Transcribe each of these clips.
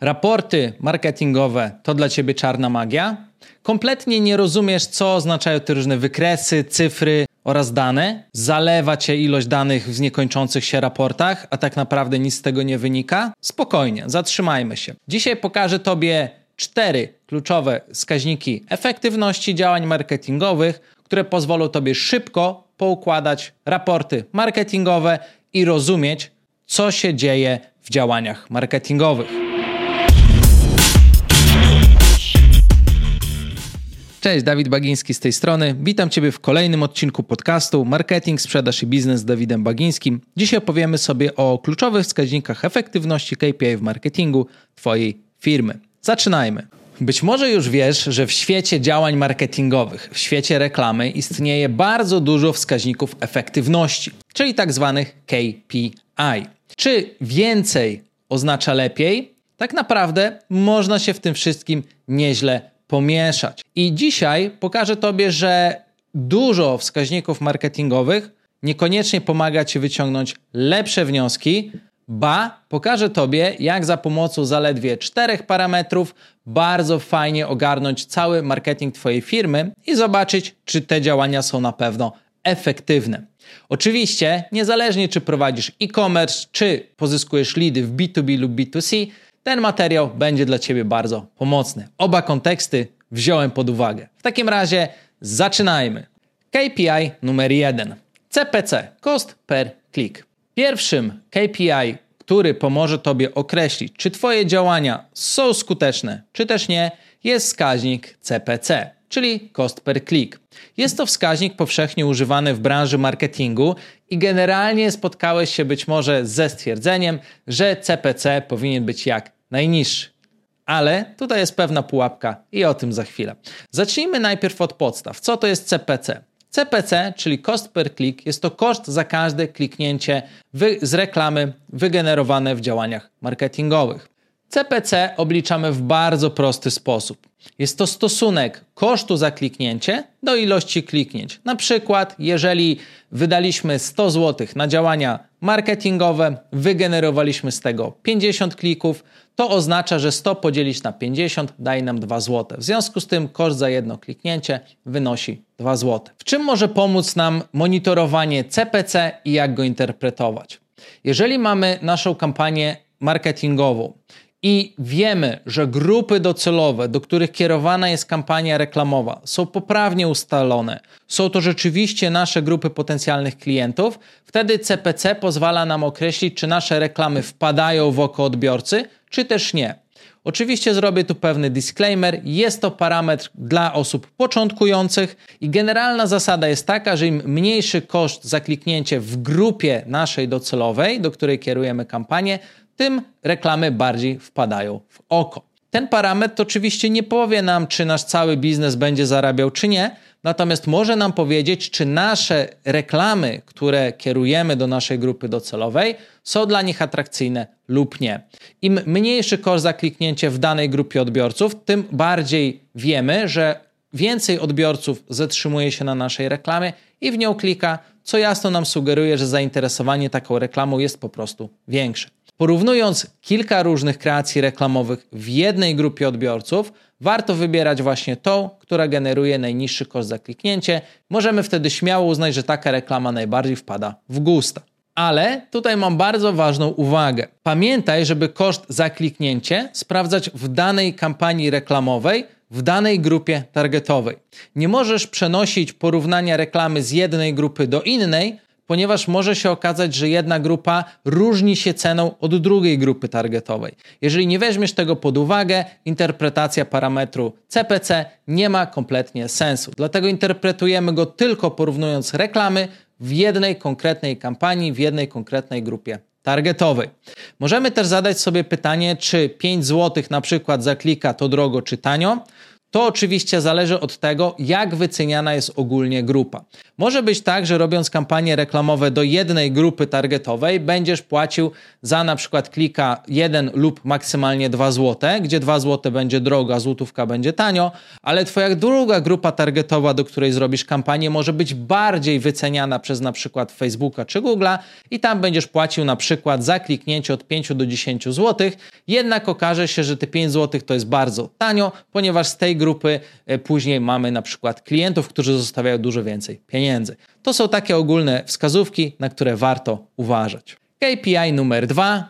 Raporty marketingowe to dla Ciebie czarna magia? Kompletnie nie rozumiesz, co oznaczają te różne wykresy, cyfry oraz dane? Zalewa Cię ilość danych w niekończących się raportach, a tak naprawdę nic z tego nie wynika? Spokojnie, zatrzymajmy się. Dzisiaj pokażę Tobie 4 kluczowe wskaźniki efektywności działań marketingowych, które pozwolą Tobie szybko poukładać raporty marketingowe i rozumieć, co się dzieje w działaniach marketingowych. Cześć, Dawid Bagiński z tej strony. Witam Ciebie w kolejnym odcinku podcastu Marketing, Sprzedaż i Biznes z Dawidem Bagińskim. Dzisiaj opowiemy sobie o kluczowych wskaźnikach efektywności KPI w marketingu Twojej firmy. Zaczynajmy. Być może już wiesz, że w świecie działań marketingowych, w świecie reklamy istnieje bardzo dużo wskaźników efektywności, czyli tak zwanych KPI. Czy więcej oznacza lepiej? Tak naprawdę można się w tym wszystkim nieźle pomieszać. I dzisiaj pokażę Tobie, że dużo wskaźników marketingowych niekoniecznie pomaga Ci wyciągnąć lepsze wnioski, pokażę Tobie, jak za pomocą zaledwie 4 parametrów bardzo fajnie ogarnąć cały marketing Twojej firmy i zobaczyć, czy te działania są na pewno efektywne. Oczywiście, niezależnie czy prowadzisz e-commerce, czy pozyskujesz leady w B2B lub B2C, ten materiał będzie dla Ciebie bardzo pomocny. Oba konteksty wziąłem pod uwagę. W takim razie zaczynajmy. KPI numer 1. CPC, Cost Per Click. Pierwszym KPI, który pomoże Tobie określić, czy Twoje działania są skuteczne, czy też nie, jest wskaźnik CPC, czyli Cost Per Click. Jest to wskaźnik powszechnie używany w branży marketingu i generalnie spotkałeś się być może ze stwierdzeniem, że CPC powinien być jak najniższy. Ale tutaj jest pewna pułapka i o tym za chwilę. Zacznijmy najpierw od podstaw. Co to jest CPC? CPC, czyli Cost Per Click, jest to koszt za każde kliknięcie z reklamy wygenerowane w działaniach marketingowych. CPC obliczamy w bardzo prosty sposób. Jest to stosunek kosztu za kliknięcie do ilości kliknięć. Na przykład, jeżeli wydaliśmy 100 zł na działania marketingowe, wygenerowaliśmy z tego 50 klików, to oznacza, że 100 podzielić na 50 daje nam 2 zł. W związku z tym koszt za jedno kliknięcie wynosi 2 zł. W czym może pomóc nam monitorowanie CPC i jak go interpretować? Jeżeli mamy naszą kampanię marketingową i wiemy, że grupy docelowe, do których kierowana jest kampania reklamowa, są poprawnie ustalone, są to rzeczywiście nasze grupy potencjalnych klientów, wtedy CPC pozwala nam określić, czy nasze reklamy wpadają w oko odbiorcy, czy też nie. Oczywiście zrobię tu pewny disclaimer, jest to parametr dla osób początkujących i generalna zasada jest taka, że im mniejszy koszt za kliknięcie w grupie naszej docelowej, do której kierujemy kampanię, tym reklamy bardziej wpadają w oko. Ten parametr oczywiście nie powie nam, czy nasz cały biznes będzie zarabiał, czy nie, natomiast może nam powiedzieć, czy nasze reklamy, które kierujemy do naszej grupy docelowej, są dla nich atrakcyjne lub nie. Im mniejszy koszt za kliknięcie w danej grupie odbiorców, tym bardziej wiemy, że więcej odbiorców zatrzymuje się na naszej reklamie i w nią klika, co jasno nam sugeruje, że zainteresowanie taką reklamą jest po prostu większe. Porównując kilka różnych kreacji reklamowych w jednej grupie odbiorców, warto wybierać właśnie tą, która generuje najniższy koszt za kliknięcie. Możemy wtedy śmiało uznać, że taka reklama najbardziej wpada w gusta. Ale tutaj mam bardzo ważną uwagę. Pamiętaj, żeby koszt za kliknięcie sprawdzać w danej kampanii reklamowej, w danej grupie targetowej. Nie możesz przenosić porównania reklamy z jednej grupy do innej, ponieważ może się okazać, że jedna grupa różni się ceną od drugiej grupy targetowej. Jeżeli nie weźmiesz tego pod uwagę, interpretacja parametru CPC nie ma kompletnie sensu. Dlatego interpretujemy go tylko porównując reklamy w jednej konkretnej kampanii, w jednej konkretnej grupie targetowej. Możemy też zadać sobie pytanie, czy 5 zł na przykład za klika to drogo czy tanio. To oczywiście zależy od tego, jak wyceniana jest ogólnie grupa. Może być tak, że robiąc kampanie reklamowe do jednej grupy targetowej będziesz płacił za na przykład klika 1 lub maksymalnie 2 zł, gdzie 2 zł będzie drogo, a złotówka będzie tanio, ale twoja druga grupa targetowa, do której zrobisz kampanię, może być bardziej wyceniana przez na przykład Facebooka czy Google'a i tam będziesz płacił na przykład za kliknięcie od 5 do 10 zł, jednak okaże się, że te 5 zł to jest bardzo tanio, ponieważ z tej grupy później mamy na przykład klientów, którzy zostawiają dużo więcej pieniędzy. To są takie ogólne wskazówki, na które warto uważać. KPI numer 2,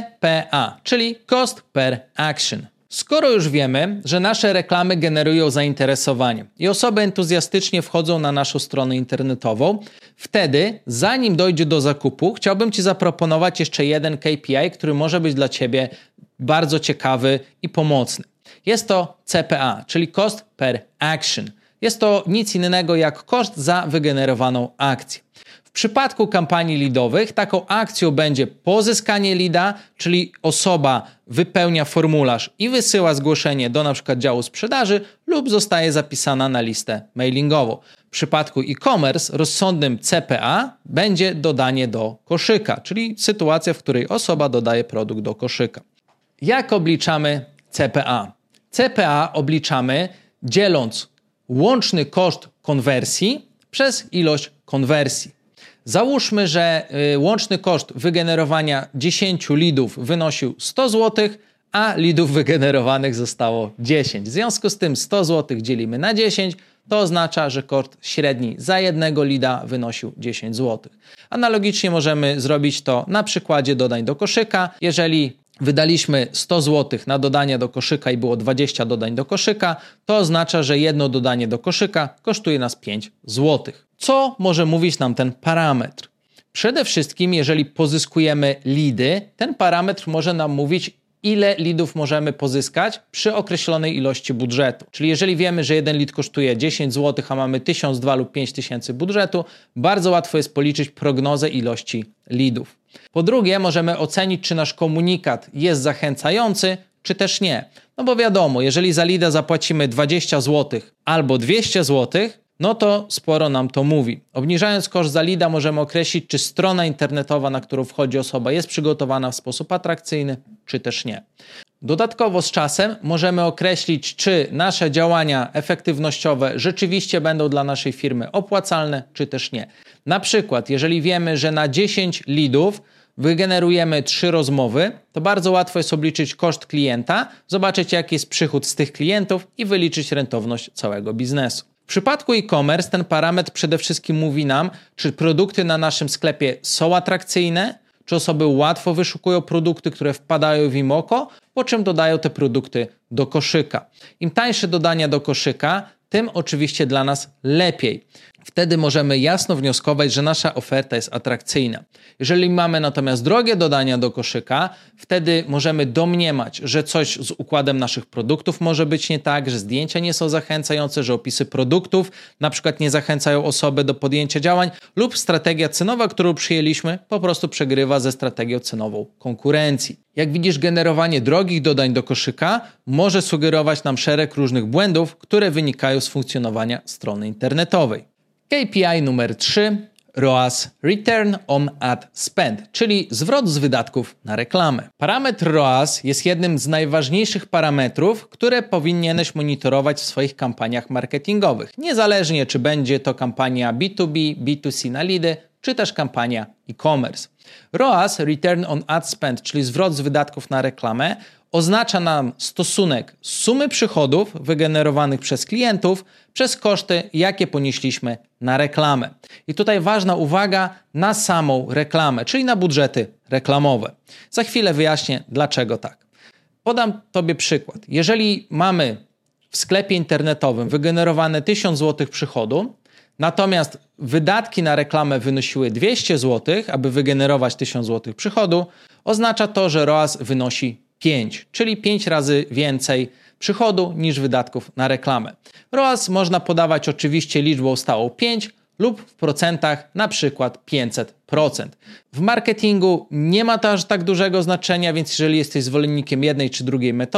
CPA, czyli Cost Per Action. Skoro już wiemy, że nasze reklamy generują zainteresowanie i osoby entuzjastycznie wchodzą na naszą stronę internetową, wtedy, zanim dojdzie do zakupu, chciałbym Ci zaproponować jeszcze jeden KPI, który może być dla Ciebie bardzo ciekawy i pomocny. Jest to CPA, czyli Cost Per Action. Jest to nic innego jak koszt za wygenerowaną akcję. W przypadku kampanii leadowych taką akcją będzie pozyskanie leada, czyli osoba wypełnia formularz i wysyła zgłoszenie do np. działu sprzedaży lub zostaje zapisana na listę mailingową. W przypadku e-commerce rozsądnym CPA będzie dodanie do koszyka, czyli sytuacja, w której osoba dodaje produkt do koszyka. Jak obliczamy CPA? CPA obliczamy dzieląc łączny koszt konwersji przez ilość konwersji. Załóżmy, że łączny koszt wygenerowania 10 leadów wynosił 100 zł, a leadów wygenerowanych zostało 10. W związku z tym 100 zł dzielimy na 10, to oznacza, że koszt średni za jednego leada wynosił 10 zł. Analogicznie możemy zrobić to na przykładzie dodań do koszyka. Jeżeli wydaliśmy 100 zł na dodanie do koszyka i było 20 dodań do koszyka, to oznacza, że jedno dodanie do koszyka kosztuje nas 5 zł. Co może mówić nam ten parametr? Przede wszystkim, jeżeli pozyskujemy leady, ten parametr może nam mówić, ile leadów możemy pozyskać przy określonej ilości budżetu. Czyli jeżeli wiemy, że jeden lead kosztuje 10 zł, a mamy 1000, 2 lub 5000 budżetu, bardzo łatwo jest policzyć prognozę ilości leadów. Po drugie, możemy ocenić, czy nasz komunikat jest zachęcający, czy też nie. No bo wiadomo, jeżeli za leada zapłacimy 20 zł albo 200 zł, no to sporo nam to mówi. Obniżając koszt za leada możemy określić, czy strona internetowa, na którą wchodzi osoba, jest przygotowana w sposób atrakcyjny, czy też nie. Dodatkowo z czasem możemy określić, czy nasze działania efektywnościowe rzeczywiście będą dla naszej firmy opłacalne, czy też nie. Na przykład, jeżeli wiemy, że na 10 leadów wygenerujemy 3 rozmowy, to bardzo łatwo jest obliczyć koszt klienta, zobaczyć jaki jest przychód z tych klientów i wyliczyć rentowność całego biznesu. W przypadku e-commerce ten parametr przede wszystkim mówi nam, czy produkty na naszym sklepie są atrakcyjne, czy osoby łatwo wyszukują produkty, które wpadają w im oko, po czym dodają te produkty do koszyka. Im tańsze dodania do koszyka, tym oczywiście dla nas lepiej. Wtedy możemy jasno wnioskować, że nasza oferta jest atrakcyjna. Jeżeli mamy natomiast drogie dodania do koszyka, wtedy możemy domniemać, że coś z układem naszych produktów może być nie tak, że zdjęcia nie są zachęcające, że opisy produktów na przykład nie zachęcają osoby do podjęcia działań lub strategia cenowa, którą przyjęliśmy, po prostu przegrywa ze strategią cenową konkurencji. Jak widzisz, generowanie drogich dodań do koszyka może sugerować nam szereg różnych błędów, które wynikają z funkcjonowania strony internetowej. KPI numer 3, ROAS, Return on Ad Spend, czyli zwrot z wydatków na reklamę. Parametr ROAS jest jednym z najważniejszych parametrów, które powinieneś monitorować w swoich kampaniach marketingowych. Niezależnie, czy będzie to kampania B2B, B2C na leady, czy też kampania e-commerce. ROAS, Return on Ad Spend, czyli zwrot z wydatków na reklamę, oznacza nam stosunek sumy przychodów wygenerowanych przez klientów przez koszty, jakie ponieśliśmy na reklamę. I tutaj ważna uwaga na samą reklamę, czyli na budżety reklamowe. Za chwilę wyjaśnię, dlaczego tak. Podam Tobie przykład. Jeżeli mamy w sklepie internetowym wygenerowane 1000 zł przychodu, natomiast wydatki na reklamę wynosiły 200 zł, aby wygenerować 1000 zł przychodu, oznacza to, że ROAS wynosi 5, czyli 5 razy więcej przychodu niż wydatków na reklamę. ROAS można podawać oczywiście liczbą stałą 5 lub w procentach na przykład 500%. W marketingu nie ma to aż tak dużego znaczenia, więc jeżeli jesteś zwolennikiem jednej czy drugiej metody,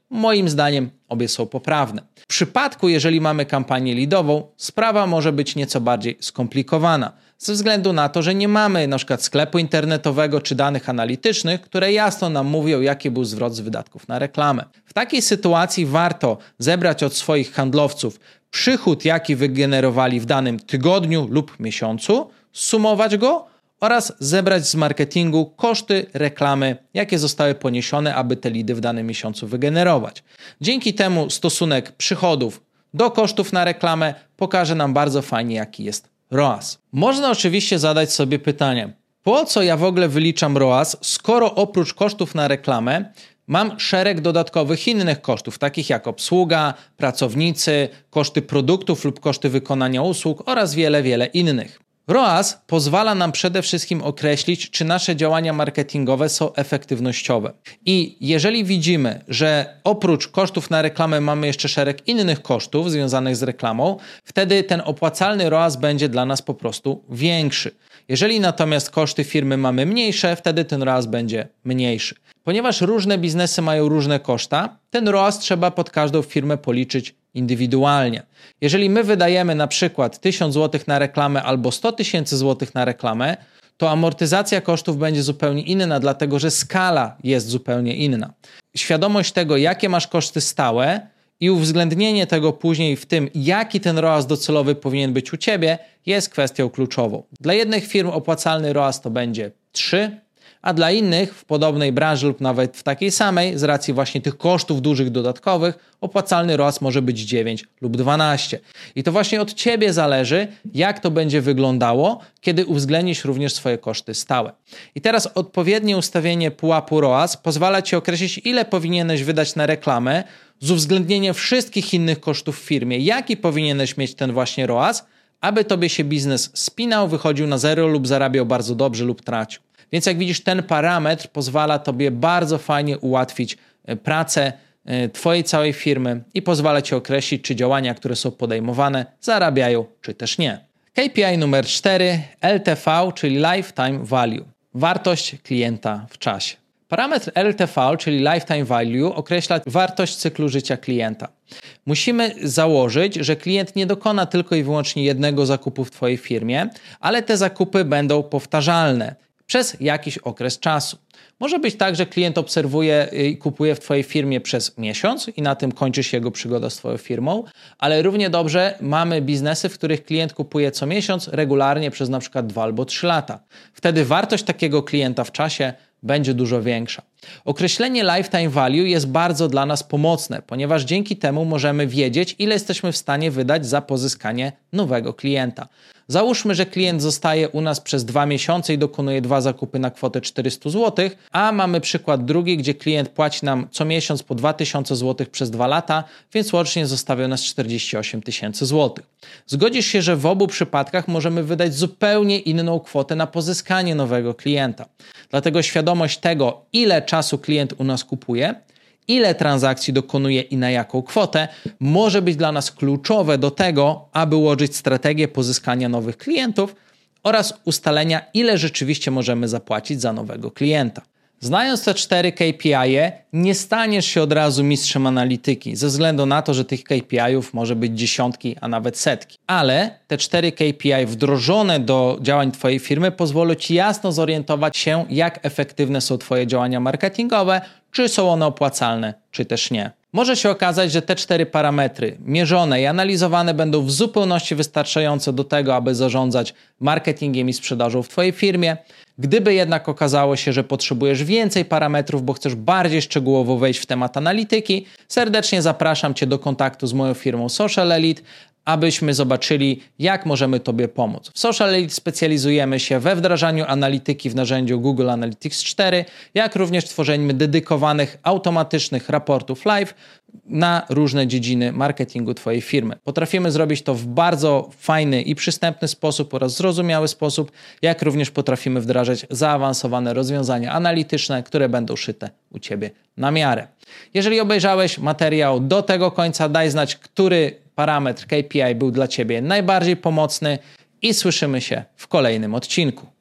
Moim zdaniem obie są poprawne. W przypadku, jeżeli mamy kampanię leadową, sprawa może być nieco bardziej skomplikowana, ze względu na to, że nie mamy np. sklepu internetowego czy danych analitycznych, które jasno nam mówią, jaki był zwrot z wydatków na reklamę. W takiej sytuacji warto zebrać od swoich handlowców przychód, jaki wygenerowali w danym tygodniu lub miesiącu, sumować go oraz zebrać z marketingu koszty reklamy, jakie zostały poniesione, aby te lidy w danym miesiącu wygenerować. Dzięki temu stosunek przychodów do kosztów na reklamę pokaże nam bardzo fajnie, jaki jest ROAS. Można oczywiście zadać sobie pytanie, po co ja w ogóle wyliczam ROAS, skoro oprócz kosztów na reklamę mam szereg dodatkowych innych kosztów, takich jak obsługa, pracownicy, koszty produktów lub koszty wykonania usług oraz wiele innych. ROAS pozwala nam przede wszystkim określić, czy nasze działania marketingowe są efektywnościowe. I jeżeli widzimy, że oprócz kosztów na reklamę mamy jeszcze szereg innych kosztów związanych z reklamą, wtedy ten opłacalny ROAS będzie dla nas po prostu większy. Jeżeli natomiast koszty firmy mamy mniejsze, wtedy ten ROAS będzie mniejszy. Ponieważ różne biznesy mają różne koszta, ten ROAS trzeba pod każdą firmę policzyć indywidualnie. Jeżeli my wydajemy na przykład 1000 zł na reklamę albo 100 000 złotych na reklamę, to amortyzacja kosztów będzie zupełnie inna, dlatego że skala jest zupełnie inna. Świadomość tego, jakie masz koszty stałe i uwzględnienie tego później w tym, jaki ten ROAS docelowy powinien być u Ciebie, jest kwestią kluczową. Dla jednych firm opłacalny ROAS to będzie 3, a dla innych w podobnej branży lub nawet w takiej samej, z racji właśnie tych kosztów dużych dodatkowych, opłacalny ROAS może być 9 lub 12. I to właśnie od Ciebie zależy, jak to będzie wyglądało, kiedy uwzględnisz również swoje koszty stałe. I teraz odpowiednie ustawienie pułapu ROAS pozwala Ci określić, ile powinieneś wydać na reklamę z uwzględnieniem wszystkich innych kosztów w firmie. Jaki powinieneś mieć ten właśnie ROAS, aby Tobie się biznes spinał, wychodził na zero lub zarabiał bardzo dobrze lub tracił. Więc jak widzisz, ten parametr pozwala Tobie bardzo fajnie ułatwić pracę Twojej całej firmy i pozwala Ci określić, czy działania, które są podejmowane, zarabiają, czy też nie. KPI numer 4, LTV, czyli Lifetime Value. Wartość klienta w czasie. Parametr LTV, czyli Lifetime Value, określa wartość cyklu życia klienta. Musimy założyć, że klient nie dokona tylko i wyłącznie jednego zakupu w Twojej firmie, ale te zakupy będą powtarzalne przez jakiś okres czasu. Może być tak, że klient obserwuje i kupuje w Twojej firmie przez miesiąc i na tym kończy się jego przygoda z Twoją firmą, ale równie dobrze mamy biznesy, w których klient kupuje co miesiąc regularnie przez na przykład 2 albo 3 lata. Wtedy wartość takiego klienta w czasie będzie dużo większa. Określenie lifetime value jest bardzo dla nas pomocne, ponieważ dzięki temu możemy wiedzieć, ile jesteśmy w stanie wydać za pozyskanie nowego klienta. Załóżmy, że klient zostaje u nas przez 2 miesiące i dokonuje 2 zakupy na kwotę 400 zł, a mamy przykład drugi, gdzie klient płaci nam co miesiąc po 2000 zł przez 2 lata, więc łącznie zostawia nas 48 000 zł. Zgodzisz się, że w obu przypadkach możemy wydać zupełnie inną kwotę na pozyskanie nowego klienta. Dlatego świadomość tego, ile czasu klient u nas kupuje, ile transakcji dokonuje i na jaką kwotę, może być dla nas kluczowe do tego, aby ułożyć strategię pozyskania nowych klientów oraz ustalenia, ile rzeczywiście możemy zapłacić za nowego klienta. Znając te 4 KPI-e, nie staniesz się od razu mistrzem analityki, ze względu na to, że tych KPI-ów może być dziesiątki, a nawet setki. Ale te 4 KPI wdrożone do działań Twojej firmy pozwolą Ci jasno zorientować się, jak efektywne są Twoje działania marketingowe, czy są one opłacalne, czy też nie. Może się okazać, że te 4 parametry mierzone i analizowane będą w zupełności wystarczające do tego, aby zarządzać marketingiem i sprzedażą w Twojej firmie. Gdyby jednak okazało się, że potrzebujesz więcej parametrów, bo chcesz bardziej szczegółowo wejść w temat analityki, serdecznie zapraszam Cię do kontaktu z moją firmą Social Elite, abyśmy zobaczyli, jak możemy Tobie pomóc. W Social Elite specjalizujemy się we wdrażaniu analityki w narzędziu Google Analytics 4, jak również tworzeniu dedykowanych, automatycznych raportów live na różne dziedziny marketingu Twojej firmy. Potrafimy zrobić to w bardzo fajny i przystępny sposób oraz zrozumiały sposób, jak również potrafimy wdrażać zaawansowane rozwiązania analityczne, które będą szyte u Ciebie na miarę. Jeżeli obejrzałeś materiał do tego końca, daj znać, który parametr KPI był dla Ciebie najbardziej pomocny i słyszymy się w kolejnym odcinku.